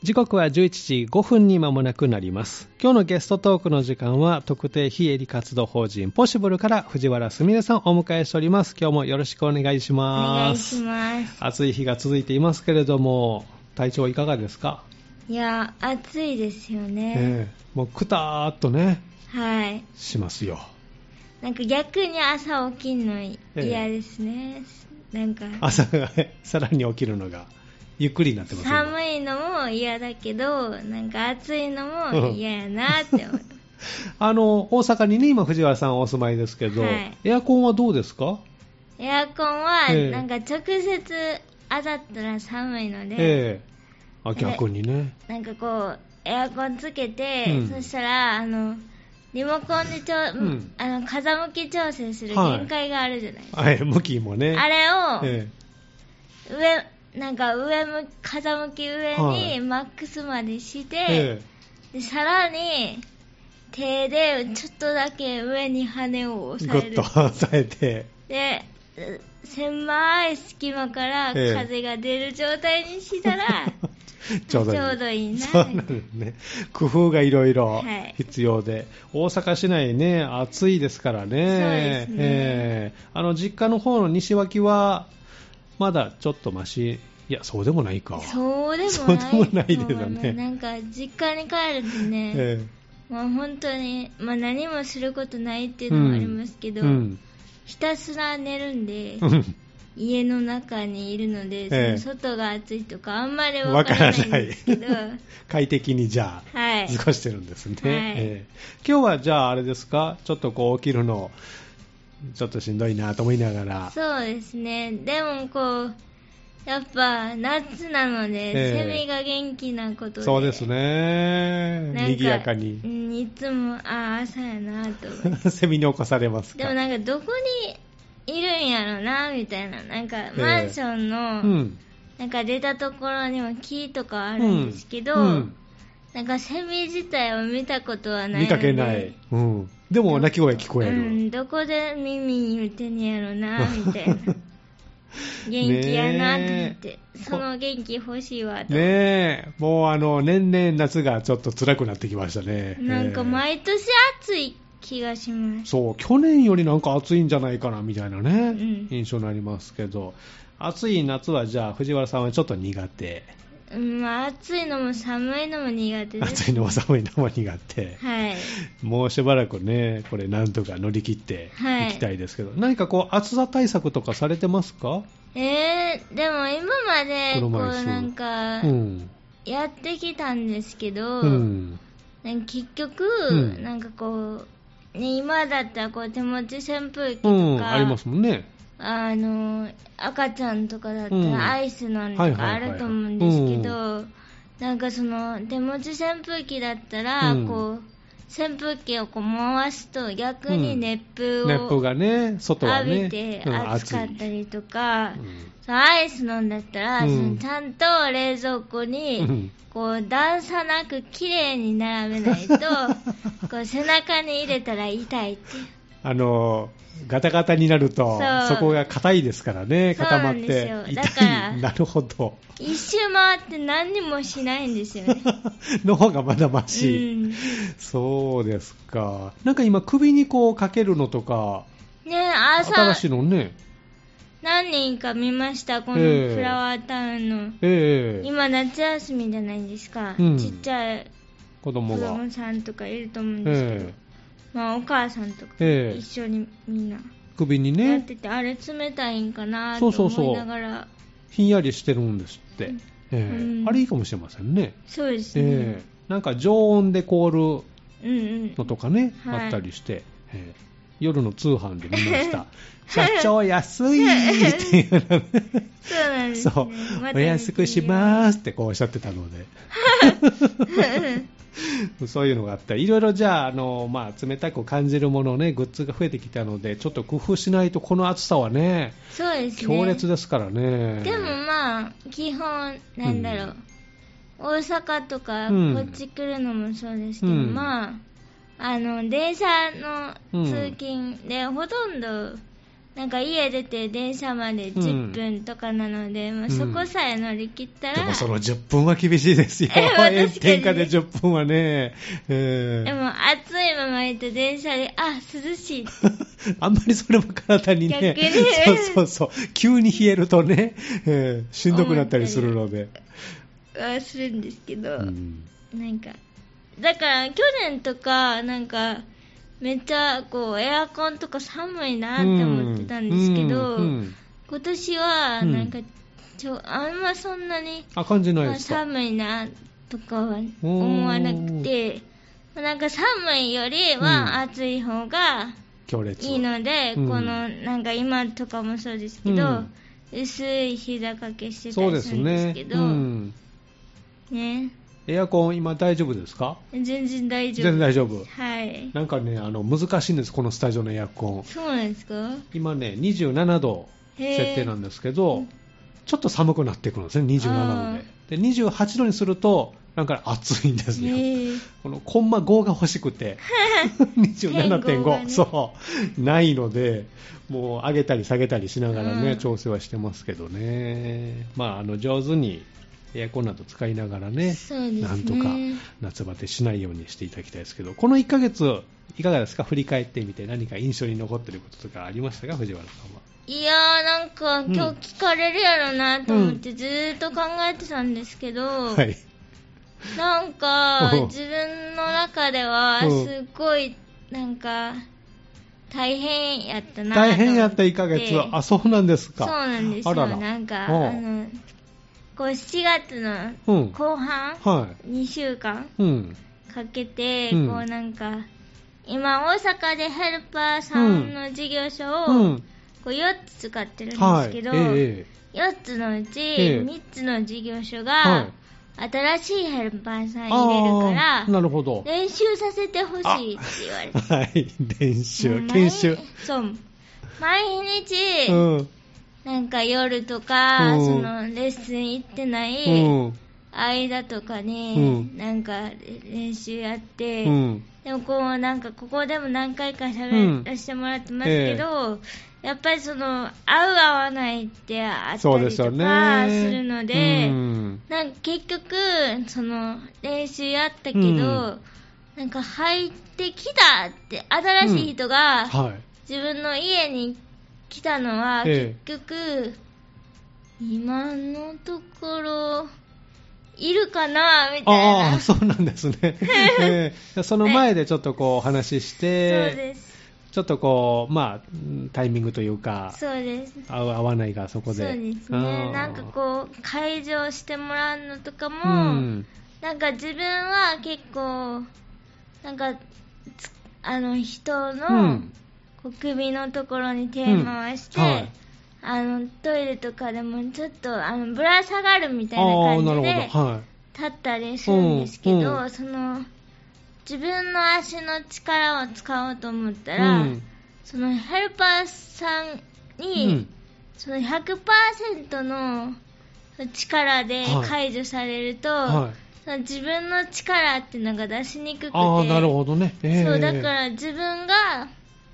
時刻は11時5分に間もなくなります。今日のゲストトークの時間は特定非営利活動法人ポシブルから藤原すみれさんをお迎えしております。今日もよろしくお願いします。 お願いします。 暑い日が続いていますけれども、体調いかがですか？ いや、暑いですよね。 もうくたーっとね、 はい。 しますよ。 なんか逆に朝起きるの嫌ですね。なんか朝がさらに起きるのがゆっくりになってますね。 寒いのも嫌だけど、なんか暑いのも嫌やなって思う。 大阪にね、今藤原さんお住まいですけど、はい、エアコンはどうですか？ エアコンはなんか直接当たったら寒いので、 逆にね、 なんかこうエアコンつけて、そしたらリモコンで風向き調整する限界があるじゃないですか。 はい、向きもね。 あれを、風向き上にマックスまでして、でさらに手でちょっとだけ上に羽を押さえる。 グッと押さえて。 で、狭い隙間から風が出る状態にしたら、ちょうどいいな。 そうなんですね。工夫がいろいろ必要で、大阪市内ね、暑いですからね。そうですね。 実家の方の西脇はまだちょっとマシ。いや、そうでもないか。 そうでもないですよね。 なんか実家に帰るとね、もう本当に、何もすることないっていうのもありますけど、ひたすら寝るんで。家の中にいるので、その外が暑いとかあんまりわからないんですけど、 快適にじゃあ、過ごしてるんですね。今日はじゃああれですか、ちょっとこう起きるのちょっとしんどいなと思いながら。 そうですね。でもこうやっぱ夏なので、セミが元気なことで、 そうですね、賑やかに、 いつも朝やなと思ってセミに起こされますか？ でもなんかどこにいるんやろなみたいな、なんかマンションの、なんか出たところにも木とかあるんですけど、なんかセミ自体を見たことはないので、 見かけない、でも鳴き声聞こえる、 どこで耳に言うてんやろなみたいな元気やなと思って、その元気欲しいわと。 もう年々夏がちょっと辛くなってきましたね。 なんか毎年暑い気がします。 そう、去年よりなんか暑いんじゃないかなみたいなね、印象になりますけど、暑い夏はじゃあ藤原さんはちょっと苦手？ 暑いのも寒いのも苦手です。 暑いのも寒いのも苦手。もうしばらくね、これなんとか乗り切っていきたいですけど、何かこう暑さ対策とかされてますか？ でも今までこうなんかやってきたんですけど、結局、なんかこう今だったらこう手持ち扇風機とか、 ありますもんね。 赤ちゃんとかだったらアイスのとかあると思うんですけど、なんかその手持ち扇風機だったら、こう扇風機をこう回すと逆に熱風を浴びて暑かったりとか、アイス飲んだったら、ちゃんと冷蔵庫にこう段差なく綺麗に並べないとこう背中に入れたら痛いってガタガタになると そこが硬いですからね、固まって痛い。 だからなるほど、 一周回って何にもしないんですよねの方がまだマシ、そうですか。なんか今首にこうかけるのとか、新しいのね、 何人か見ました。このフラワータウンの、今夏休みじゃないですか、ちっちゃい子供さんとかいると思うんですけど、お母さんとか一緒にみんな首にねやってて、あれ冷たいんかなと思いながら、 ひんやりしてるんですって、あれいいかもしれませんね。 そうですね、 なんか常温で凍るのとかね、あったりして、夜の通販で見ました社長安いっていうのねそうなんですね、 そう、お安くしますってこうおっしゃってたのでそういうのがあったり、いろいろじゃあ、冷たく感じるものね、グッズが増えてきたので、ちょっと工夫しないとこの暑さはね、 そうですね、 強烈ですからね。 でも基本なんだろう、大阪とかこっち来るのもそうですけど、電車の通勤でほとんどなんか家出て電車まで10分とかなので、そこさえ乗り切ったら、 でもその10分は厳しいですよ。炎天下で10分はね。 でも暑いままいた電車で、涼しい。 あんまりそれも体にね、そう急に冷えるとね、しんどくなったりするので。 するんですけど、なんかだから去年とかなんかめっちゃこうエアコンとか寒いなって思ってたんですけど、今年はなんかあんまそんなに感じないですか？ 寒いなとかは思わなくて、なんか寒いよりは暑い方がいいので、このなんか今とかもそうですけど、薄い膝掛けしてたりするんですけど、ね。 エアコン今大丈夫ですか？ 全然大丈夫。 全然大丈夫。 はい。 なんかね、難しいんです、このスタジオのエアコン。 そうなんですか？ 今ね、27度設定なんですけど、ちょっと寒くなってくるんですね、27度で。で、28度にすると、なんか暑いんですよ。このコンマ5が欲しくて、27.5、ね、そう、ないので、もう上げたり下げたりしながらね、調整はしてますけどね。まあ、上手に、エアコンなど使いながら ね、なんとか夏バテしないようにしていただきたいですけど、この1ヶ月いかがですか？振り返ってみて何か印象に残っていることとかありましたか？藤原さんは。 いやー、なんか今日聞かれるやろなと思ってずーっと考えてたんですけど、はい、なんか自分の中ではすごいなんか大変やったなと思って。大変やった 1ヶ月は。そうなんですか。 そうなんですよ。なんかこう7月の後半、2週間かけて、こうなんか今大阪でヘルパーさんの事業所をこう4つ使ってるんですけど、4つのうち3つの事業所が新しいヘルパーさん入れるからなるほど、 練習させてほしいって言われて、 はい、練習研修、 そう毎日、なんか夜とか、そのレッスン行ってない間とかに、なんか練習やって、でもこうなんかここでも何回か喋らせてもらってますけど、やっぱりその合う合わないってあったりとかするので、なんか結局その練習やったけど、なんか入ってきたって新しい人が自分の家に来たのは結局、今のところいるかなみたいな。 そうなんですね。その前でちょっとこうお話しして、そうです。ちょっとこうタイミングというか、 そうです。 合う合わないがそこで。 そうですね。なんかこう会場してもらうのとかも、なんか自分は結構なんか人の首のところに手を回して、トイレとかでもちょっとぶら下がるみたいな感じで立ったりするんですけど、その自分の足の力を使おうと思ったら、そのヘルパーさんに、その 100% の力で解除されると、その自分の力っていうのが出しにくくて、 なるほどね。 そうだから自分が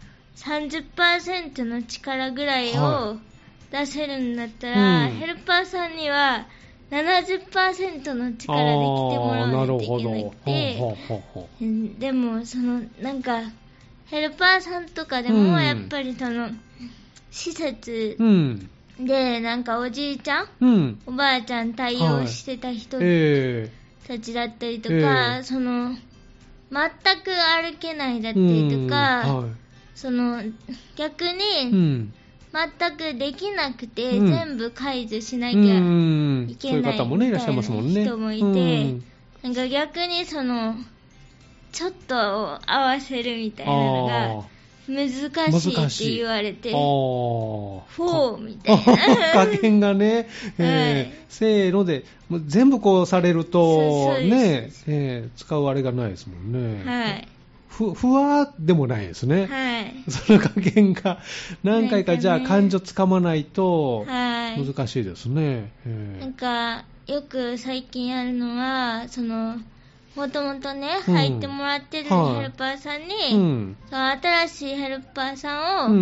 30% の力ぐらいを出せるんだったら、ヘルパーさんには70% の力で来てもらわないといけなくて、でもそのなんかヘルパーさんとかでもやっぱりその施設でなんかおじいちゃん、おばあちゃん対応してた人たちだったりとか、その全く歩けないだったりとか、その逆に全くできなくて、全部解除しなきゃいけないみたいな人もいて、なんか逆にそのちょっと合わせるみたいなのが難しいって言われて、フォーみたいな加減がね、せーので全部こうされるとね、使うあれがないですもんね。はい。ふわでもないですね。はい。その加減が何回かじゃあ感情つかまないと難しいですね。 なんかよく最近あるのは、そのもともとね、入ってもらってるヘルパーさんに、その新しいヘルパーさんを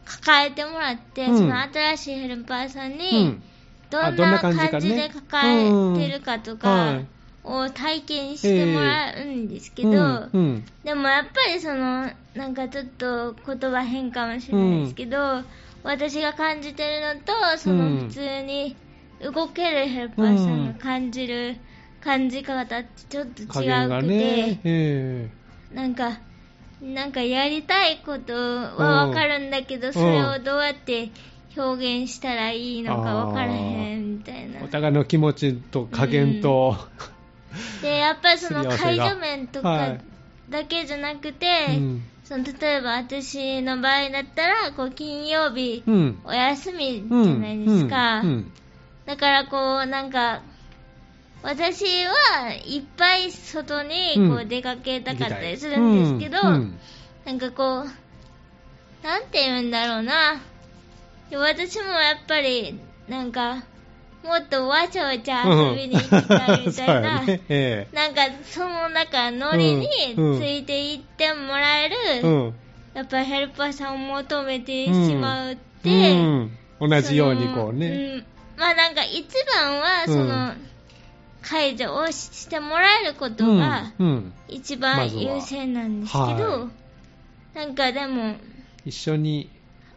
抱えてもらって、その新しいヘルパーさんに、どんな感じで抱えてるかとかを体験してもらうんですけど、でもやっぱりなんかちょっと言葉変かもしれないですけど、私が感じてるのと、普通に動けるヘルパーさんが感じる感じ方ってちょっと違うくて、なんかやりたいことはわかるんだけど、それをどうやって表現したらいいのか分からへんみたいな。 お互いの気持ちと加減と、 でやっぱり介助面とかだけじゃなくて、例えば私の場合だったら金曜日、お休みじゃないですか、だからなんか私はいっぱい外に出かけたかったりするんですけど、なんかなんて言うんだろうな、私もやっぱりなんかもっとわちゃわちゃ遊びに行きたいみたいな、なんかそのノリについていってもらえる、やっぱりヘルパーさんを求めてしまうって、 同じようにね、 まあなんか一番は介助をしてもらえることが一番優先なんですけど、なんかでも一緒に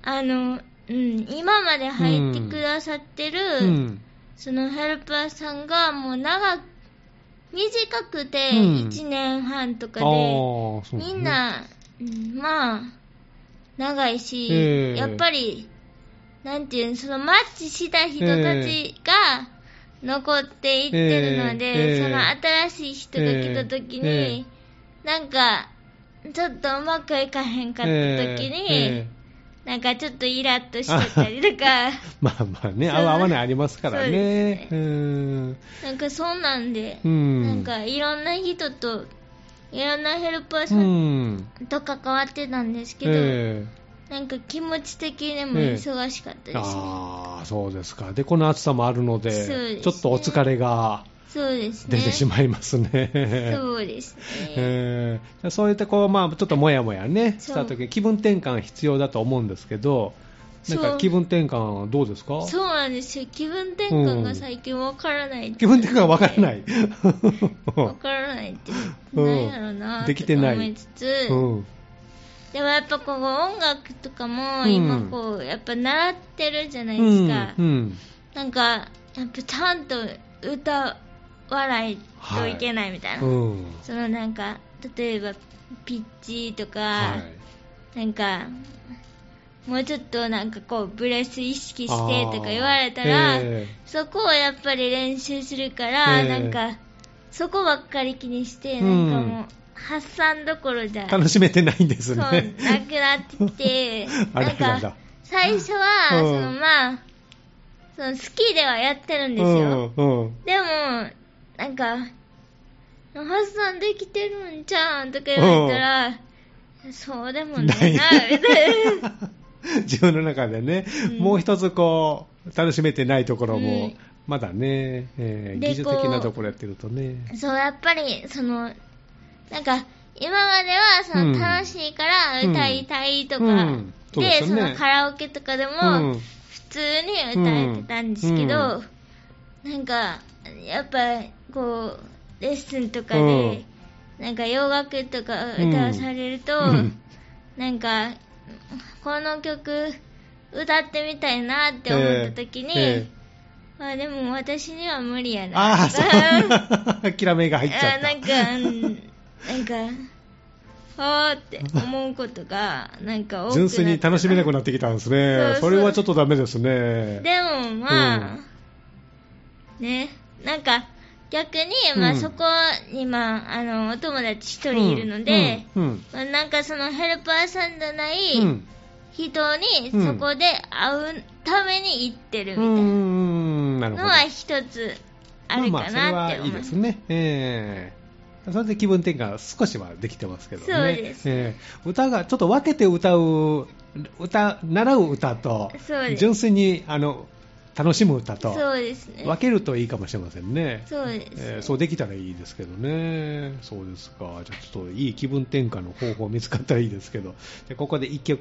今まで入ってくださってる、そのヘルパーさんがもう短くて1年半とかで、みんな、まあ長いし、やっぱりなんていうの、マッチした人たちが残っていってるので、その新しい人が来た時に、なんかちょっとうまくいかへんかった時に、なんかちょっとイラッとしてたりとかまあまあね、合わないありますからね。 なんかそうなんで、なんかいろんな人といろんなヘルパーさんと関わってたんですけど、なんか気持ち的にも忙しかったですね。 そうですか。でこの暑さもあるので、ちょっとお疲れが出てしまいますね。 そうですね。 そういったまあちょっともやもやねした時、気分転換必要だと思うんですけど、なんか気分転換どうですか？ そうなんですよ。気分転換が最近わからない。 気分転換わからない。 わからないって何やろうなできてない。 思いつつ、でもやっぱ音楽とかも今やっぱ習ってるじゃないですか。なんかやっぱちゃんと歌わないといけないみたいな。なんか例えばピッチとか、なんかもうちょっとなんかブレス意識してとか言われたら、そこをやっぱり練習するから、なんかそこばっかり気にして、なんかもう発散どころじゃ楽しめてないんですね。 そうなくなってきてなんか最初はまあ好きではやってるんですよ。でもなんか発散できてるんちゃうんとか言われたら、そうでもないなみたいな。 自分の中でね、もう一つ楽しめてないところもまだね、技術的なところやってるとね。 そうやっぱりなんか今までは楽しいから歌いたいとか、でカラオケとかでも普通に歌えてたんですけど、なんかやっぱレッスンとかで、なんか洋楽とか歌わされると、なんかこの曲歌ってみたいなって思った時に、でも私には無理やな。 諦めが入っちゃった。 なんかって思うことがなんか多くなった。 純粋に楽しめなくなってきたんですね。それはちょっとダメですね。 でもまあ、ね、なんか逆にそこにお友達一人いるので、なんかヘルパーさんじゃない人にそこで会うために行ってるみたいなのは一つあるかなって思います。 それはいいですね。それで気分転換少しはできてますけどね。 そうです。 歌がちょっと分けて習う歌と、純粋に楽しむ歌と分けるといいかもしれませんね。 そうです、 そうできたらいいですけどね。そうですか。じゃあちょっといい気分転換の方法見つかったらいいですけど、ここで1曲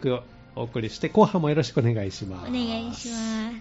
お送りして、後半もよろしくお願いします。 お願いします。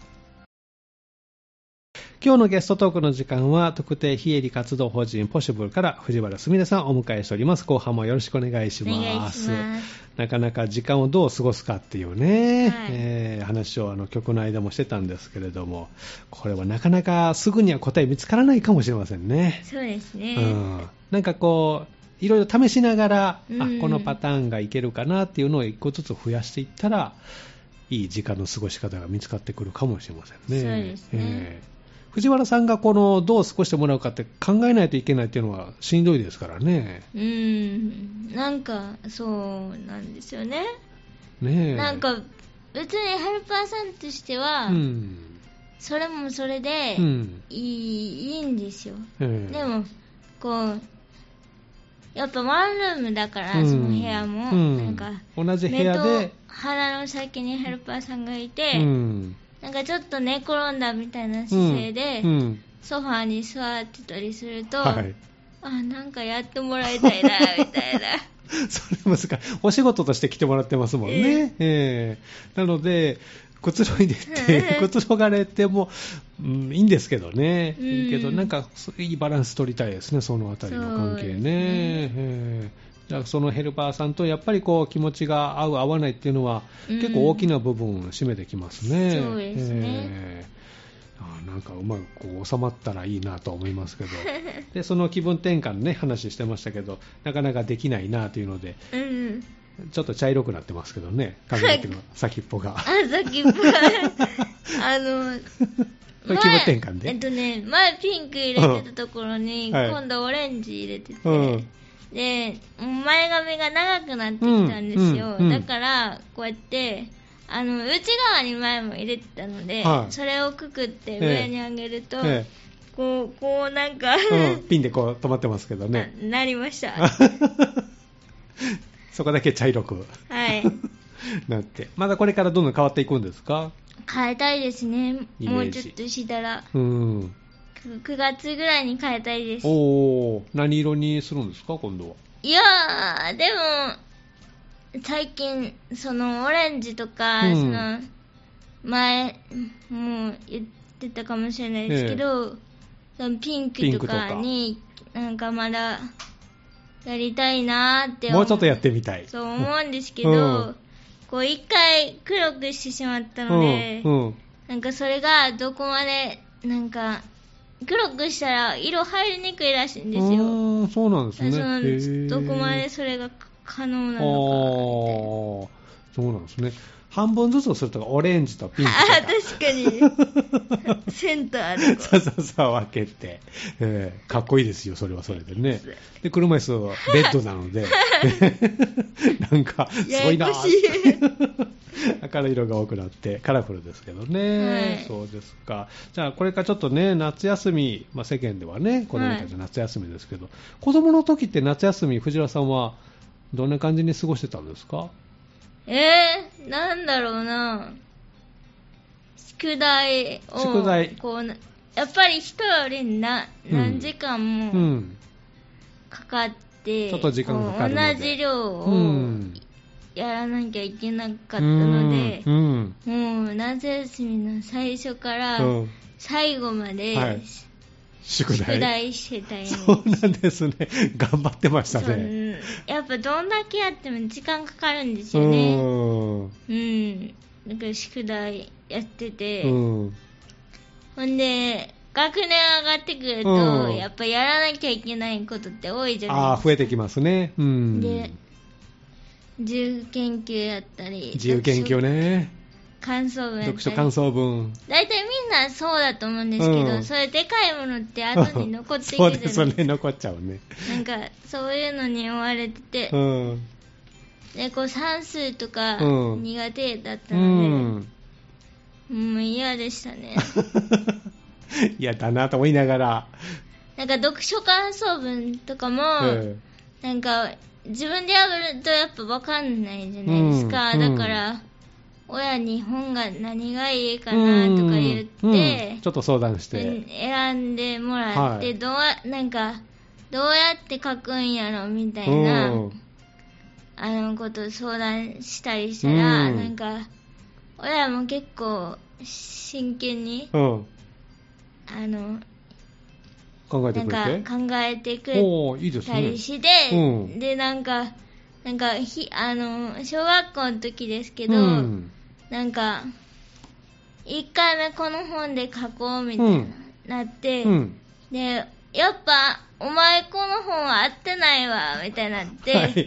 今日のゲストトークの時間は、特定非営利活動法人ポシブルから藤原すみれさんをお迎えしております。後半もよろしくお願いします。 お願いします。 なかなか時間をどう過ごすかっていうね、はい、話を曲の間もしてたんですけれども、これはなかなかすぐには答え見つからないかもしれませんね。 そうですね。 なんかこういろいろ試しながら、このパターンがいけるかなっていうのを一個ずつ増やしていったら、いい時間の過ごし方が見つかってくるかもしれませんね。 そうですね。 藤原さんがこのどう過ごしてもらうかって考えないといけないっていうのはしんどいですからね。 なんかそうなんですよね。 ねえ。 なんか別にヘルパーさんとしては、それもそれでいいんですよ。でもこうやっぱワンルームだから、その部屋も、なんか同じ部屋で目と鼻の先にヘルパーさんがいて、なんかちょっと寝転んだみたいな姿勢で、ソファーに座ってたりすると、なんかやってもらいたいなみたいなそれ難しい。お仕事として来てもらってますもんね。なのでくつろいでってくつろがれても、いいんですけどね。いいけどなんかいいバランス取りたいですね、そのあたりの関係ね。じゃあそのヘルパーさんとやっぱりこう気持ちが合う合わないっていうのは、結構大きな部分を占めてきますね。 そうですね。 なんかうまくこう収まったらいいなと思いますけどでその気分転換の、ね、話してましたけど、なかなかできないなというので、ちょっと茶色くなってますけどね、髪の毛の先っぽが先っぽが気分転換で、 前ピンク入れてたところに、今度オレンジ入れてて、で前髪が長くなってきたんですよ。だからこうやって内側に前も入れてたので、それをくくって上に上げると、こうなんか、 ピンでこう止まってますけどね。 なりましたそこだけ茶色くなって、まだこれからどんどん変わっていくんですか？ 変えたいですね。もうちょっとしたら9月ぐらいに変えたいです。 何色にするんですか今度は？ いやー、でも最近そのオレンジとか、その前もう言ってたかもしれないですけど、そのピンクとかになんかまだやりたいなーってもうちょっとやってみたい、 そう思うんですけど、こう一回黒くしてしまったので、なんかそれがどこまでなんか黒くしたら色入りにくいらしいんですよ。 そうなんですね。 どこまでそれが可能なのかみたいな。 そうなんですね。半分ずつするとかオレンジとピンクとか。 確かにセンターでそう分けて、かっこいいですよ、それはそれでね。で車椅子はレッドなのでなんかすごいな明るい色が多くなってカラフルですけどね、そうですか。じゃあこれからちょっとね、夏休み、世間ではね子供たち夏休みですけど、子供の時って夏休み藤原さんはどんな感じに過ごしてたんですか？ なんだろうな、宿題をこうやっぱり人より何時間もかかって、 ちょっと時間がかかるので同じ量をやらなきゃいけなかったので、もう夏休みの最初から最後まで、宿題してたよ。 そうなんですね。頑張ってましたね。 やっぱどんだけやっても時間かかるんですよね。だから宿題やってて、ほんで学年上がってくると、やっぱやらなきゃいけないことって多いじゃないですか。 増えてきますね。 で自由研究やったり、 自由研究ね、 感想文やったり、 読書感想文、 大体みんなそうだと思うんですけど、それでかいものって後に残っていくじゃないですか。 そうですね、残っちゃうね。 なんかそういうのに追われてて、でこう算数とか苦手だったので、もう嫌でしたね。 嫌だなと思いながら、 なんか読書感想文とかも、なんか自分でやるとやっぱ分かんないじゃないですか。だから親に本が何がいいかなとか言って、 ちょっと相談して選んでもらって、なんかどうやって書くんやろみたいな、 ことを相談したりしたら、なんか俺らも結構真剣に、考えてくれて、考えてくれたりして、でなんか小学校の時ですけど、なんか1回目この本で書こうみたいになって、でやっぱお前この本合ってないわみたいになって、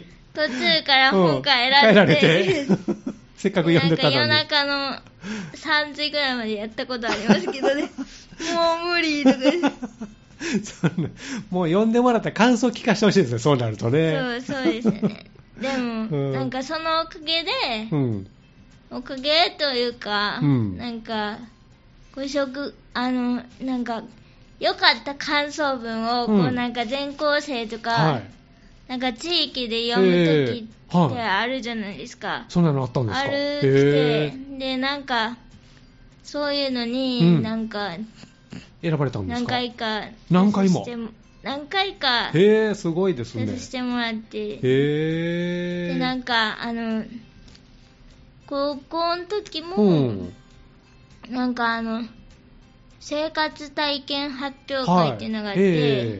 途中から本変えられて、 せっかく読んでたのに夜中の3時ぐらいまでやったことありますけどねもう無理とかもう読んでもらったら感想聞かせてほしいですね、そうなるとね。 そうですね。でも、なんかそのおかげで、おかげというか、なんかなんか良かった感想文をこうなんか全校生とか、なんか地域で読むときってあるじゃないですか。 そんなのあったんですか？ あるって、でなんかそういうのになんか、 選ばれたんですか？ 何回かすごいですね。 出してもらって、でなんか高校の時も、なんか生活体験発表会っていうのがあって、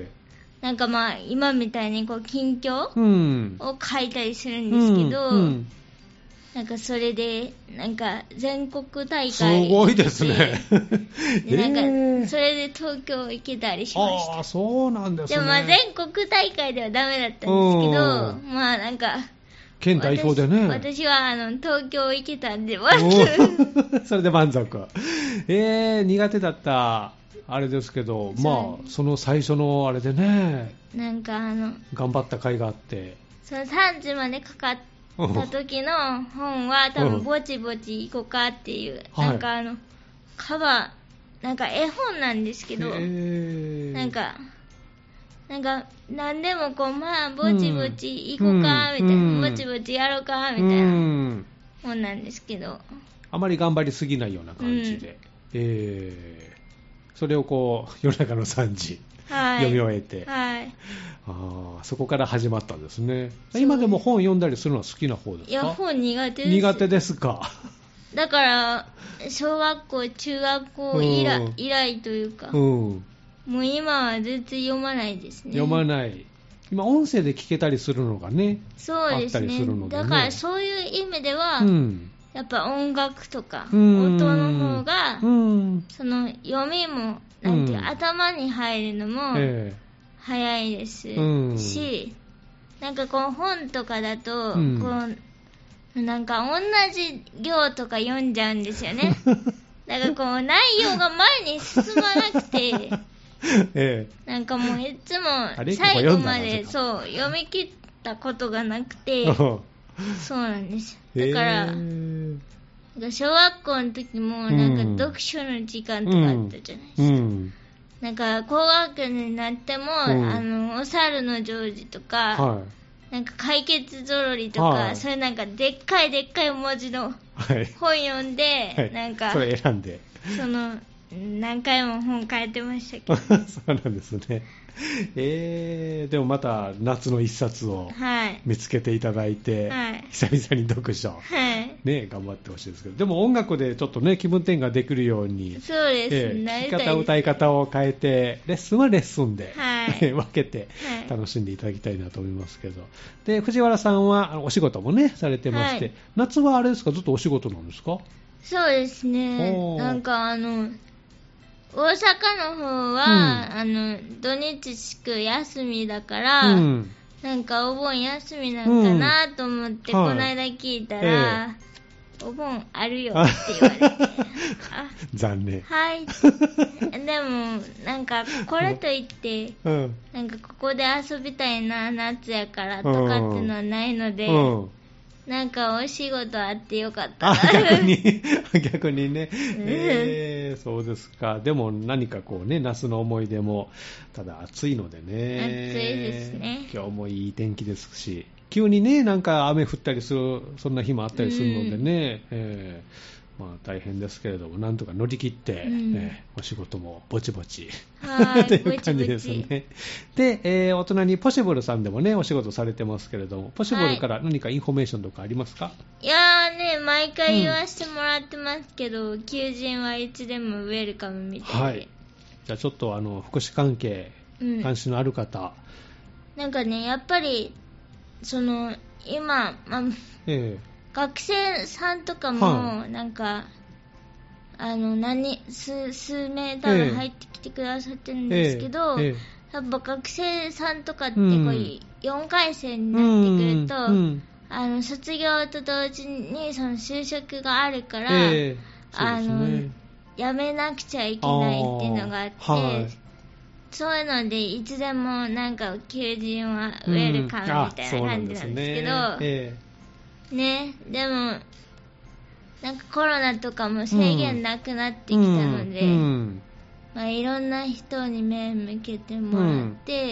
なんかまあ今みたいにこう近況を書いたりするんですけど、なんかそれでなんか全国大会すごいですねでなんかそれで東京行けたりしました。 そうなんですね。 でもまあ全国大会ではダメだったんですけど、まあなんか県代表でね。 私は東京行けたんでそれで満足。苦手だったあれですけど、まあその最初のあれでね、 なんか頑張った甲斐があって、 その3時までかかった時の本は多分ぼちぼち行こうかっていう、なんかカバーなんか絵本なんですけど、なんか何でもこうまあぼちぼち行こうかみたいな、ぼちぼちやろうかみたいな本なんですけど、 あまり頑張りすぎないような感じで、それをこう夜中の3時、読み終えて、そこから始まったんですね。今でも本読んだりするのは好きな方ですか？ いや本苦手です。 苦手ですか？ だから小学校中学校以来というか、もう今は全然読まないですね。 読まない。今音声で聞けたりするのがね、 そうですね、あったりするのでね。だからそういう意味では、やっぱ音楽とか音の方が、その読みもなんていう、頭に入るのも早いですし、なんかこう本とかだと、こうなんか同じ行とか読んじゃうんですよね。だからこう内容が前に進まなくてなんかもういつも最後までそう読み切ったことがなくてそうなんですよ。だから小学校の時もなんか読書の時間とかあったじゃないですか、なんか高学年になっても、お猿のジョージとか、なんか解決ぞろりとか、そういうなんかでっかい文字の本読んで、なんかそれ選んで何回も本変えてましたけどそうなんですね。でもまた夏の一冊を見つけていただいて、久々に読書、ね、頑張ってほしいですけど、でも音楽でちょっとね気分転換できるように、 そうです、 弾き方歌い方を変えて、レッスンはレッスンで、分けて楽しんでいただきたいなと思いますけど、で藤原さんはお仕事もねされてまして、夏はあれですか、ずっとお仕事なんですか？ そうですね、なんか大阪の方は、土日祝休みだから、なんかお盆休みなんかなと思って、この間聞いたら、お盆あるよって言われて残念。 はいでもなんかこれといって、なんかここで遊びたいな夏やからとかっていうのはないので、なんかお仕事あってよかったな。 逆にね、そうですか。でも何かこうね、夏の思い出も、ただ暑いのでね、 暑いですね。 今日もいい天気ですし、急にねなんか雨降ったりする、そんな日もあったりするのでね、 大変ですけれども、なんとか乗り切って、お仕事もぼちぼちという感じですね。で、お隣にポシブルさんでもね、お仕事されてますけれども、ポシブルから何かインフォメーションとかありますか？ いやーね、毎回言わせてもらってますけど、求人はいつでもウェルカムみたいで。はい。 じゃあちょっと福祉関係、関心のある方。 なんかね、やっぱり、今、学生さんとかも、なんか、数名多分入ってきてくださってるんですけど、やっぱ学生さんとかって4回生になってくると、卒業と同時にその就職があるから、辞めなくちゃいけないっていうのがあって、そういうのでいつでもなんか求人はウェルカムみたいな感じなんですけど、ね、でもなんかコロナとかも制限なくなってきたので、いろんな人に目向けてもらって、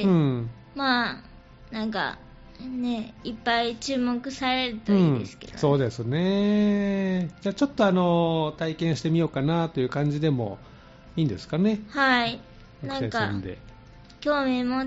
なんかね、いっぱい注目されるといいですけど、 そうですね。じゃあちょっと体験してみようかなという感じでもいいんですかね。 はい。なんか興味持って、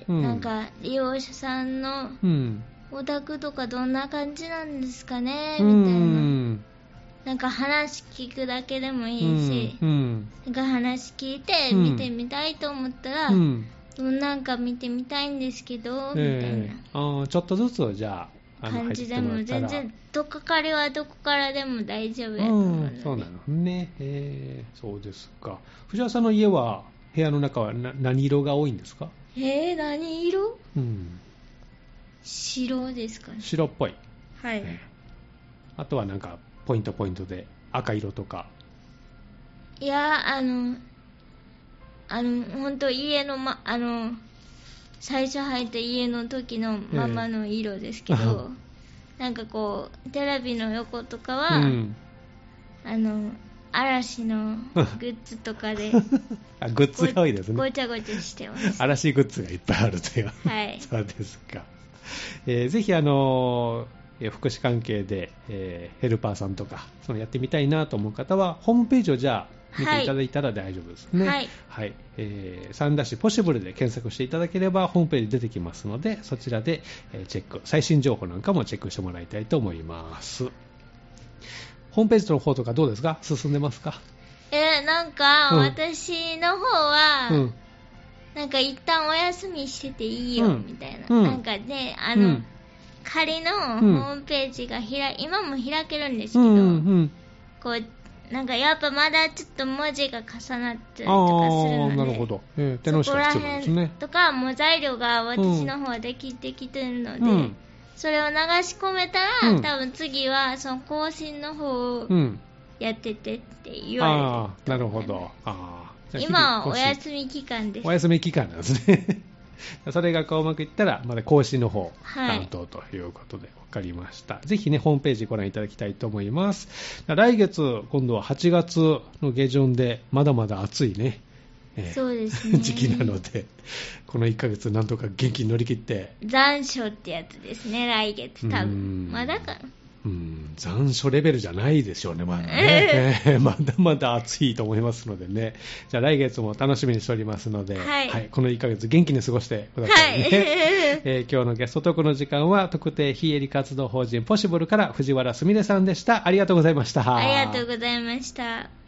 なんか利用者さんのお宅とかどんな感じなんですかねみたいな、なんか話聞くだけでもいいし、なんか話聞いて見てみたいと思ったら、なんか見てみたいんですけど、みたいなちょっとずつじゃあ感じでも全然どこからどこからでも大丈夫やと思うので、 そうなのね。そうですか。藤原さんの家は部屋の中は何色が多いんですか？ 何色？白ですかね。 白っぽい。 はい。 あとはなんかポイントで赤色とか。 いや、本当家の最初入った家の時のままの色ですけど、なんかこうテレビの横とかは、嵐のグッズとかでグッズが多いですね。 ごちゃごちゃしてます。 嵐グッズがいっぱいあるという。 はい。 そうですか。ぜひ福祉関係で、ヘルパーさんとかやってみたいなと思う方はホームページをじゃあ見ていただいたら大丈夫ですね。 はい。 はい。三田市ポシブルで検索していただければホームページ出てきますので、そちらで、チェック、最新情報なんかもチェックしてもらいたいと思います。ホームページの方とかどうですか？進んでますか？ なんか、私の方は、なんか一旦お休みしてていいよみたいな、なんかで仮のホームページが今も開けるんですけど、こうなんかやっぱまだちょっと文字が重なったりとかするので、 なるほど。 そこら辺とかもう材料が私の方できてきてるので、それを流し込めたら、多分次はその更新の方をやっててって言われて、 なるほど。 今はお休み期間です。 お休み期間なんですね。それがうまくいったらまだ更新の方担当ということで分かりました。ぜひねホームページご覧いただきたいと思います。来月今度は8月の下旬でまだまだ暑いね、 そうですね、 時期なのでこの1ヶ月なんとか元気に乗り切って。 残暑ってやつですね、来月多分まだかな。 残暑レベルじゃないでしょうね、まだね。まだまだ暑いと思いますのでね。じゃあ来月も楽しみにしておりますので、この1ヶ月元気に過ごしてくださいね。今日のゲストトークの時間は特定非営利活動法人ポシブルから藤原すみれさんでした。ありがとうございました。 ありがとうございました。